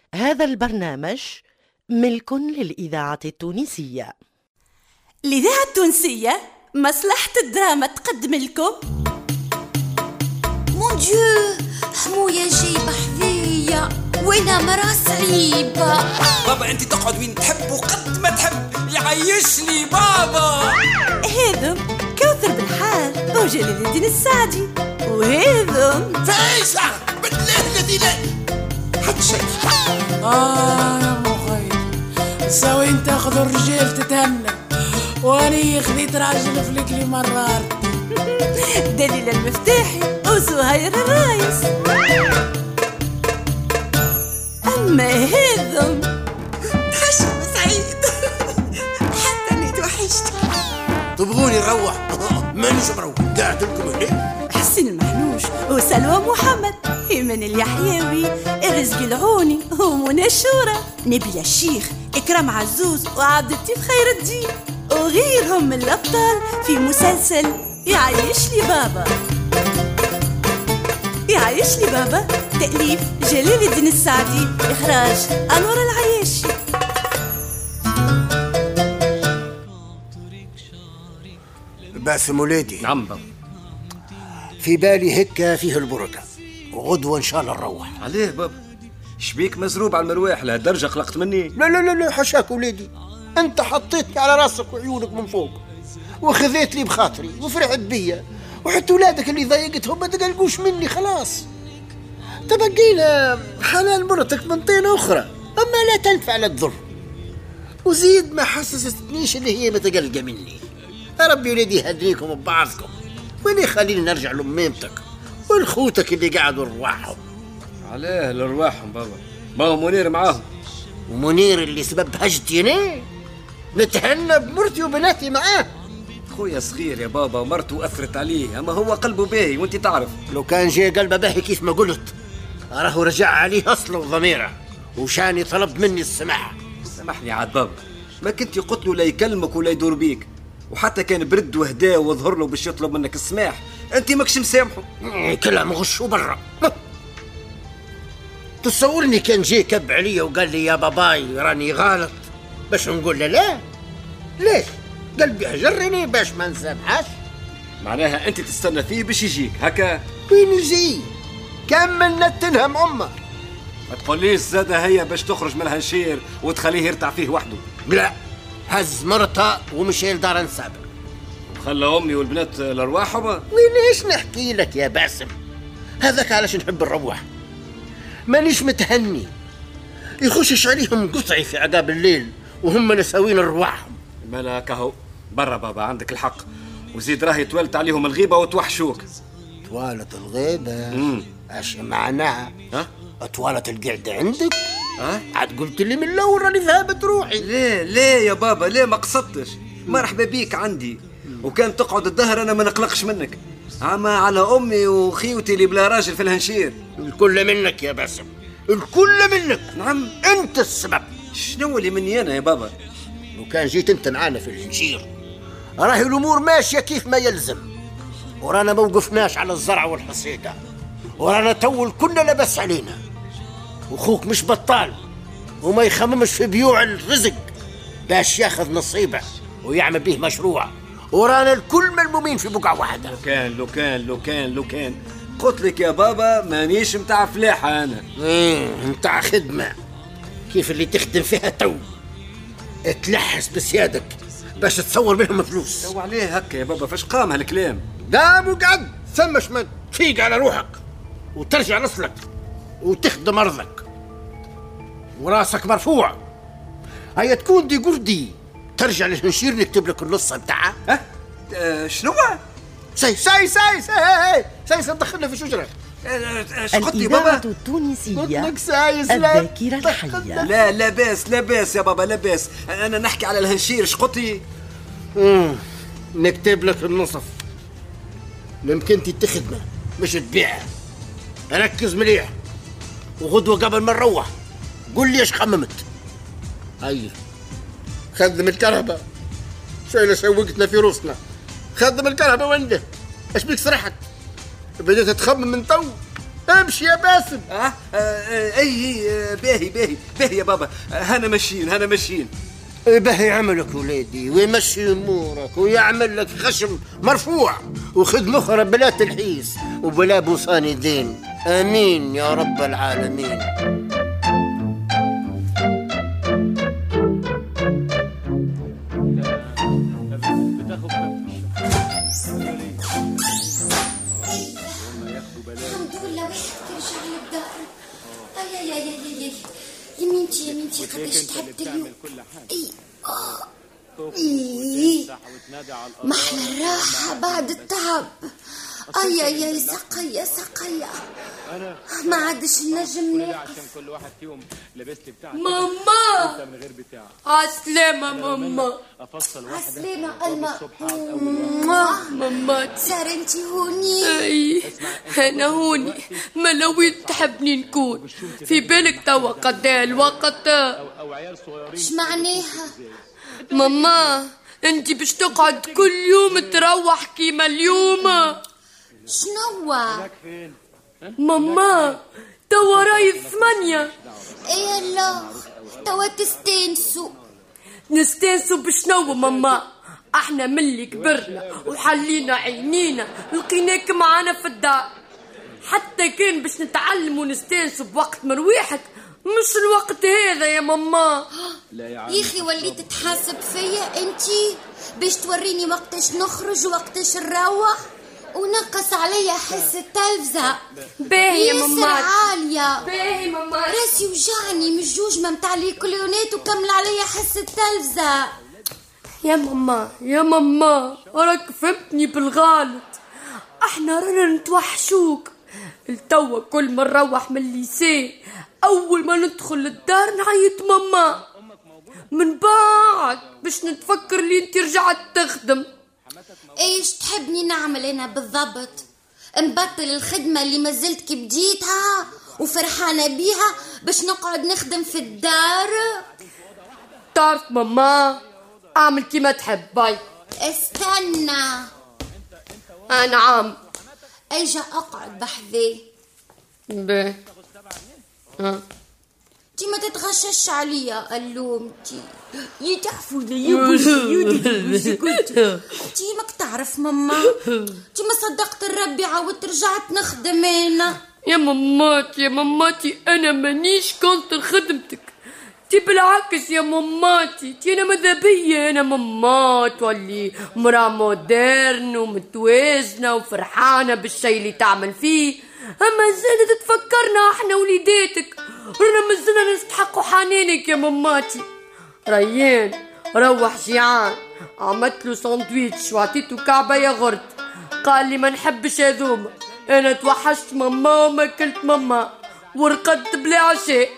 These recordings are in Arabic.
هذا البرنامج ملك للإذاعة التونسية. الإذاعة التونسية مصلحة الدراما تقدم لكم مون ديو حموية جايبة حذية وانا مرا صعيبة. بابا انت تقعد وين تحب وقد ما تحب، يعيشني بابا. هذم كوثر بالحال وجلال الدين السعدي، وهذم فايشة بالله لا حد شيء. يا مخي سوين تاخذ الرجال تتهنى واني خذيت راجل فلكلي مرار. دليل المفتاحي وزهير الرايس. أما هذم حشم سعيد حتى اني توحشت. تبغوني نروح؟ مانيش مروح، قاعد لكم هنا. حسين المحنوش وسلوى محمد، إيمان اليحيوي، الرزق العوني ومنى الشورى، نبيل الشيخ، إكرام عزوز وعبد اللطيف خير الدين وغيرهم من الأبطال في مسلسل يعيش لي بابا. يعيش لي بابا تأليف جلال الدين السعدي، إخراج أنور العياشي. باسم ولادي. نعم بابا. في بالي هكا فيه البركة، وغدوة إن شاء الله نروح. عليه بابا؟ شبيك مزروب على المروح لهالدرجة قلقت مني؟ لا لا لا لا حشاك ولادي، أنت حطيتني على راسك وعيونك من فوق وخذيت لي بخاطري وفرحت بيا، وحتى ولادك اللي ضايقتهم ما تقلقوش مني خلاص. تبقينا حلال مرتك من طينة أخرى، أما لا تنفع لا تضر، وزيد ما حسستنيش اللي هي متقلقة مني. يا ربي ولادي يهديكم ببعضكم، وين خليني نرجع لأميمتك والخوتك اللي قاعدوا رواحهم. عليه لرواحهم بابا؟ ما هو منير معاهم. ومنير اللي سبب هجتي أنا نتهنى بمرتي وبناتي معاه. خويا صغير يا بابا، ومرته أثرت عليه، أما هو قلبه باهي وانت تعرف. لو كان جاي قلبه باهي كيف ما قلت، راه رجع عليه أصله وضميره، وشاني طلب مني السماح. سامحني عاد بابا، ما كنت قلت له لا يكلمك ولا يدور بيك، وحتى كان برد وهداه وظهر له باش يطلب منك السماح انت ماكش مسامحه. كلام غش وبرا. تصورني كان جاي كب عليا وقال لي يا باباي راني غلط باش نقول له لا؟ ليش؟ قلبي هجرني باش ما نسامحش. معناها انت تستنى فيه باش يجيك هكا؟ وين يجي؟ كملنا تنهم امه. ما تقوليش زادة هي باش تخرج من الهنشير وتخليه يرتع فيه وحده. لا، هز مرتها ومشي لدار نسابه وخلى امي والبنات لرواحهم. وينيش نحكي لك يا باسم، هذاك علاش نحب نروح، مانيش متهني يخشش عليهم قطعي في عقاب الليل وهم نساوين رواحهم. مالا كهو برا بابا، عندك الحق، وزيد راهي تولت عليهم الغيبة وتوحشوك. طوالة الغيبة؟ اش معناها؟ طوالة القعدة عندك؟ عاد قلت لي من الاول راني ذهبت روحي. ليه يا بابا، ليه ما قصدتش؟ مرحبا بيك عندي، وكان تقعد الظهر انا ما نقلقش منك، اما على امي وخيوتي اللي بلا راجل في الهنشير. الكل منك يا باسم، الكل منك. نعم انت السبب. شنو اللي مني انا يا بابا؟ لو كان جيت انت معانا في الهنشير راهي الامور ماشيه كيف ما يلزم، ورانا ما وقفناش على الزرع والحصيده، ورانا تو الكل لبس علينا، وخوك مش بطال وما يخممش في بيوع الرزق باش ياخذ نصيبه ويعمل به مشروع، ورانا الكل ملمومين في بقعه واحده. لو كان قلت لك يا بابا مانيش متاع فلاحه انا. متاع خدمه كيف اللي تخدم فيها تو، تلحس بسيادك باش تصور منهم فلوس. تو عليه هكا يا بابا، فاش قام هالكلام؟ قام وقعد، ثمش من تفيق على روحك وترجع لصلك وتخدم ارضك وراسك مرفوع. هيا تكون دي قردي ترجع للهنشير نكتب لك النص بتاعها. شنو؟ ساي دخلنا في شجره. الإذاعة التونسية الذاكرة الحية. لا باس يا بابا، لا باس، انا نحكي على الهنشير. شقطي نكتب لك النصف، ممكن تتخدمه مش تبيعها. ركز مليح، وغدوه قبل ما نروح قول لي ايش خممت. هاي خدم الكهرباء، شوية سوقتنا في روسنا. خدم الكهرباء وينه؟ ايش بيك سرحت؟ بديت تخمم من تو، امشي يا باسم. اي باهي يا بابا، هنا ماشيين. باهي عملك ولادي، ويمشي امورك ويعمل لك خشم مرفوع وخدمة اخرى بلا تلحيس وبلا بوصان دين. امين يا رب العالمين. الحمد لله واحد يرجع للدار. اي يمينتي قداش تعبت اليوم. ما احلى الراحة بعد التعب. اي سقية ما عادش نجم نوقف. كل واحد فيهم لبس لي بتاعك. ماما من غير بتاعك. عسلامة ماما. افصل واحدة عسلامة ألما. ماما صار انتي هوني. اي انا هوني، ما لوين تحبني نكون في بالك توا قد الوقت. او عيال صغيرين. اش معناها؟ ماما انتي باش تقعد كل يوم تروح كيما اليوم. شنو؟ ماما توا راي 8. ايه الله توا نستانسوا بشنو ماما؟ احنا ملي كبرنا وحلينا عينينا لقيناك معانا في الدار. حتى كان باش نتعلم ونستانسوا بوقت مرويحك، مش الوقت هذا يا ماما. يا اخي وليت تحاسب فيا انتي باش توريني وقتاش نخرج ووقتاش نروح ونقص عليا حس التلفزة. باهي يا ماما. عالية. باهي ماما. راسي وجعني من الجوج ممتاع لي كليونات وكمل عليا حس التلفزة. يا ماما راك فهمتني بالغلط. احنا رانا نتوحشوك. التوا كل ما نروح من الليسي اول ما ندخل الدار نعيط ماما، من بعد باش نتفكر لي انت رجعت تخدم. ايش تحبني نعمل انا بالضبط؟ نبطل الخدمة اللي ما زلت كي بديتها وفرحانة بيها باش نقعد نخدم في الدار؟ تعرف ماما اعمل كيما تحب. باي. استنى. نعم. اجا اقعد بحذي. باهي. تي ما تتغشش عليا اللومتي يتعفوا لي تي ماك تعرف ماما تي ما صدقت الربي عاودت رجعت نخدم انا. يا ماماتي انا مانيش كنت خدمتك. تي بالعكس يا ماماتي، تي انا ماذا بيا انا ماما تولي مرا مودرن ومتوازنه وفرحانه بالشيء اللي تعمل فيه. اما زادت تفكرنا احنا وليداتك رانا مازلنا نستحقوا حنانك يا ماماتي. ريان روح جيعان، عملت له ساندويتش وعطيته كعبه ياغورت، قال لي ما نحبش هذوما. انا توحشت ماما وما كلت ماما ورقدت بلا عشاء.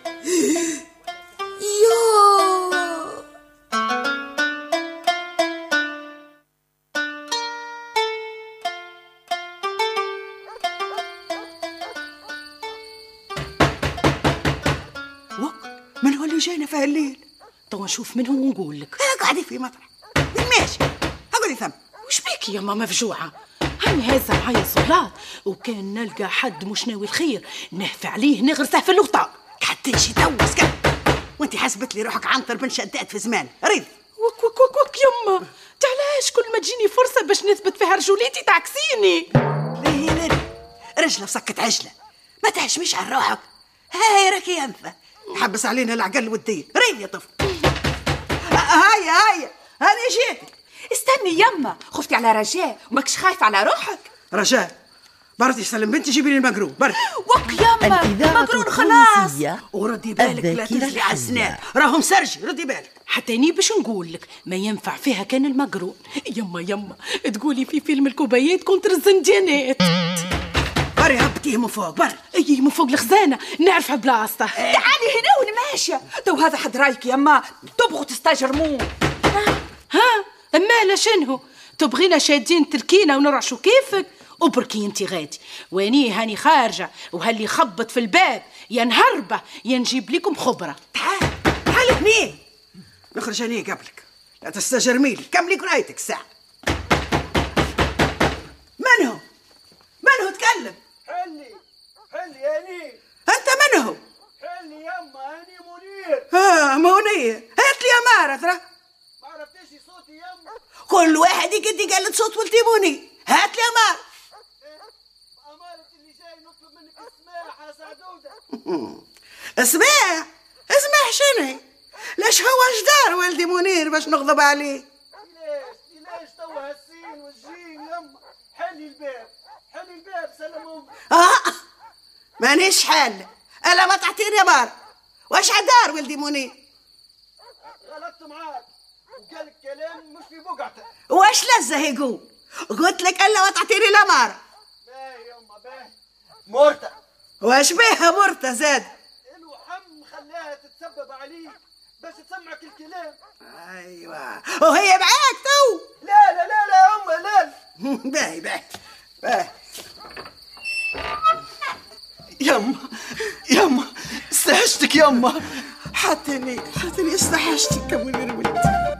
من هو اللي جانا في هالليل؟ تو نشوف من هو ونقول لك. قاعدين في مطرح ماشي. اقولي ثم وش بيك يا ماما مفجوعه؟ هاني هذا معايا صلاة وكان نلقى حد مش ناوي الخير نهفى عليه نغرسه في اللقطه. حتى نجي توس كان وانت حسبت لي روحك عنتر بن شداد في زمان. ريد وك يما تعلاش كل ما تجيني فرصه باش نثبت فيها رجوليتي تعكسيني؟ ليه رجله وسكت عجله ما تهشميش على روحك. هاي راكي انثى حبس علينا العقل والدين. ريد يا طفل. هيا هاني جيتك. استني يما، خفتي على رجاء وماكش خايف على روحك؟ رجاء بردي سلم بنتي جيبي لي المقرون برد. وك يما المقرون خلاص. وردي بالك لا تجري على السنان راهم سرجي. ردي بالك حتى اني باش نقول لك ما ينفع فيها كان المقرون. يما تقولي في فيلم الكوبايات كونتر الزنجانات. بري هبتيه من فوق بري. اي من فوق الخزانه نعرفها بلاصته. تعالي هنا ونماشيه. تو هذا حد رايك يما تبغوا تستجرمون؟ ها اما لا شنو تبغينا شادين تركينا ونرعشوا كيفك؟ وبركي انتي غادي واني هاني خارجه وهاللي يخبط في الباب يا نهربه يا نجيب لكم خبره. تعال هني نخرج هني قبلك لا تستجرمي لي. كملي قرايتك الساعه. من هو تكلم؟ حلي هاني. انت من هو؟ حلي يما هاني منير. منير، هات لي اماره ترى. ما عرفتيش صوتي يما؟ كل واحد يقلد صوت ولدي منير. هات لي اماره. اماره اللي جاي نطلب منك السماح يا سعدوده. اسماح شنو؟ ليش هو جدار ولدي منير باش نغضب عليه؟ ليش توا هالسين والجين يما؟ حلي الباب سلام مانيش حال الا ما تعطيني اماره. واش عدار ولدي منير؟ غلطت معاك وقال كلام مش في بقعته. واش لزه يقول؟ قلت لك الا ما تعطيني الاماره. باهي يما باهي. مرته. واش بيها مرته زاد؟ الوحم خلاها تتسبب عليك باش تسمعك الكلام. ايوه وهي معاك تو؟ لا يما لا. باهي يما استحشتك يما. حتى استحشتك يا منير ولدي.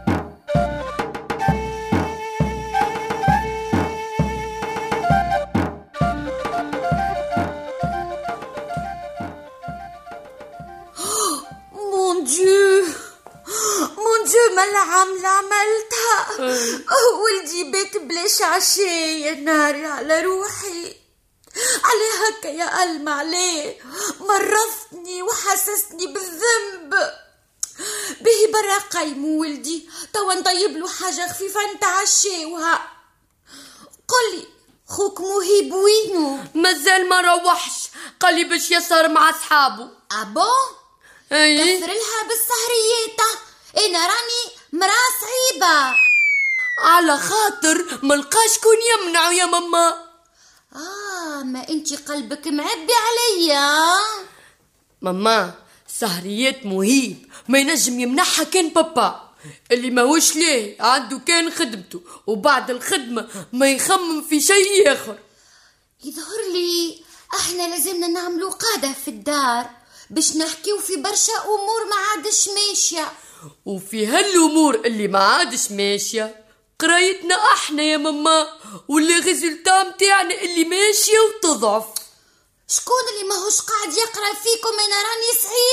مون ديو ما العملة عملتها. ولدي بيت بلاش عشاء يا ناري على روحي. عليه هكا يا ألم عليه مرضتني وحسسني بالذنب. به برا قايمو ولدي توا نطيب له حاجة خفيفة نتعشاوها. قولي خوك مهيب وينو؟ مازال ما روحش، قالي باش يسهر مع اصحابه. ابو كثر لها بالسهريات. انا راني مرا صعيبة على خاطر ملقاش كون يمنعو يا ماما. ما انتي قلبك معبي عليا ماما. سهريات مهيب ما ينجم يمنعها كان بابا اللي ماهوش ليه عنده كان خدمته وبعد الخدمة ما يخمم في شيء آخر. يظهر لي احنا لازمنا نعملوا قادة في الدار باش نحكيو في برشا امور ما عادش ماشية. وفي هالامور اللي ما عادش ماشية قرايتنا احنا يا ماما واللي ريزولتا متاعنا اللي ماشية وتضعف. شكون اللي ماهوش قاعد يقرا فيكم؟ انا راني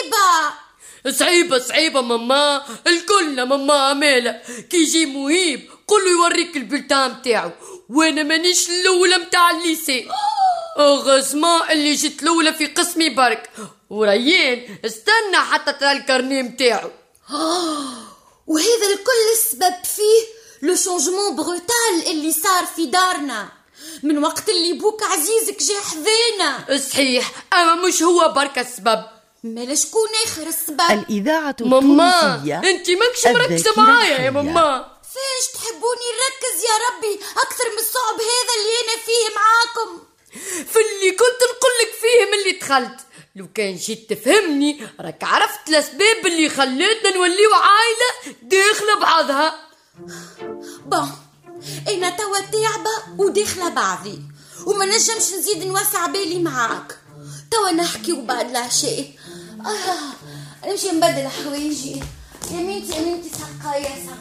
صعيبة ماما. الكلنا ماما امالة كي يجي مهيب قولوا يوريك البلتان متاعو وانا مانيش الاولى متاع الليسي. غزما اللي جيت الاولى في قسمي برك وريان استنى حتى ترى الكارني متاعو. وهذا الكل السبب فيه لو شونجمون بروتال اللي صار في دارنا من وقت اللي بوك عزيزك جا حذينا. صحيح اما مش هو برك السبب. مالا شكون اخر السبب؟ الإذاعة ماما التونسية. انت ماكش مركزة معايا يا ماما. فاش تحبوني نركز يا ربي اكثر من الصعب هذا اللي انا فيه معاكم؟ في اللي كنت نقولك فيه من اللي دخلت. لو كان جيت تفهمني راك عرفت الاسباب اللي خلتنا نوليو عائلة داخلة بعضها. انا توا تعبة وداخلة بعضي وما نجمش نزيد نوسع بالي معاك. توا نحكي وبعد العشاء نمشي نبدل حوايجي. يا مينتي سقاية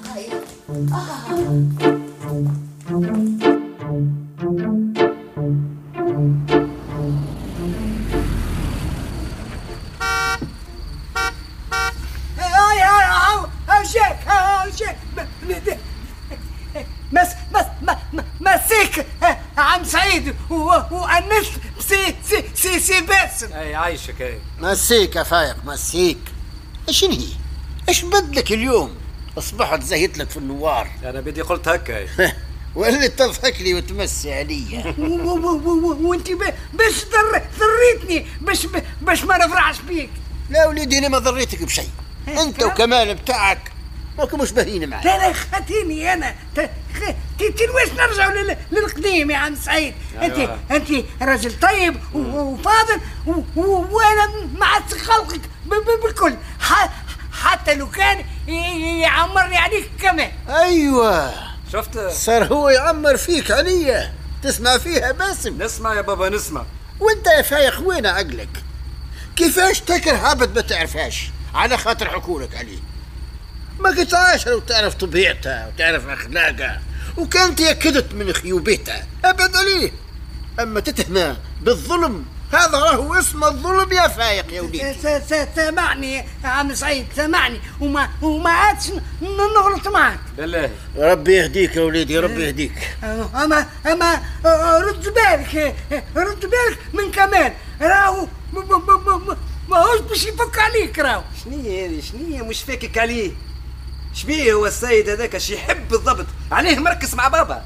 مسيك عم سعيد وأنست سي باسم. اي عايشك اي مسيك يا فايق مسيك. ايش هي؟ ايش بدلك اليوم؟ اصبحت زهيت لك في النوار. انا بدي قلت هكا واللي تضحك لي وتمسي عليا. وانت باش ضريتني باش ما نفرحش بيك. لا وليدي انا ما ضريتك بشيء. انت وكمال بتاعك ماكو مش باهين معي. لا خاتيني انا تلواش نرجعوا للقديم يا عم سعيد. انت راجل طيب وفاضل وانا مع خلقك بالكل حتى لو كان يعمرني عليك كمان. ايوه شفت صار هو يعمر فيك عليا. تسمع فيها باسم؟ نسمع يا بابا نسمع. وانت يا فايق وين عقلك؟ كيفاش تكره عبد ما تعرفهاش على خاطر حكولك عليه؟ ما كنت عايشة وتعرف طبيعتها وتعرف أخلاقها وكان تأكدت من خيوبتها أبد عليه. أما تتهمه بالظلم هذا راهو اسم الظلم يا فايق يا وليدي. سامعني يا عم سعيد، سامعني وما عادش نغلط معك. بالله ربي يهديك يا وليدي، ربي يهديك. اما رد بالك من كمان، راهو ماهوش باش يفك عليك. راهو شنية مش فاكك عليه؟ شبيه هو السيد هذاك اش يحب بالضبط؟ عليه مركز مع بابا.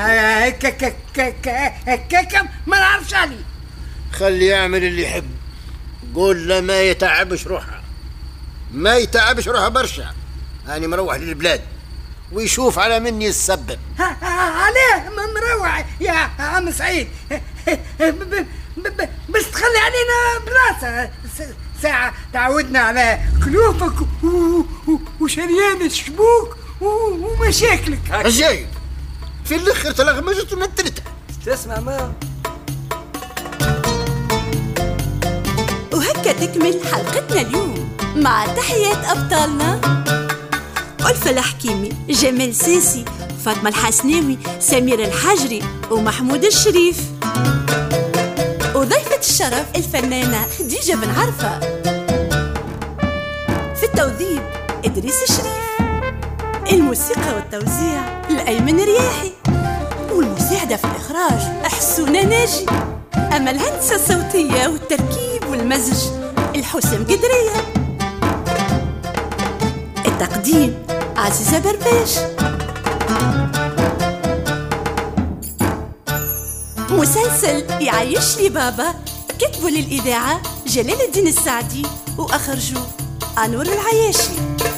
هكاك ما نعرفش عليه. خلي يعمل اللي يحب، قول له ما يتعبش روحه، ما يتعبش روحه برشا. أنا مروح للبلاد ويشوف على مني السبب. عليه مروح يا عم سعيد، بس تخلي علينا بلاصة ساعة تعودنا على كلوفك وشريان الشبوك ومشاكلك. رجاي في الاخر تلغمجت ونتلتها. تسمع ما وهكا تكمل حلقتنا اليوم، مع تحيات أبطالنا ألفة الحكيمي، جمال ساسي، فاطمة الحسناوي، سمير الحجري ومحمود الشريف، وضيفة الشرف الفنانة خديجة بن عرفة، في التوظيف إدريس الشريف، الموسيقى والتوزيع الأيمن رياحي، والمساعدة في الإخراج حسونة ناجي. أما الهندسة الصوتية والتركيب والمزج الحسام قدرية. التقديم عزيزة برباش. مسلسل يعيش لي بابا كتبوا للإذاعة جلال الدين السعدي وأخرجوا أنور العياشي.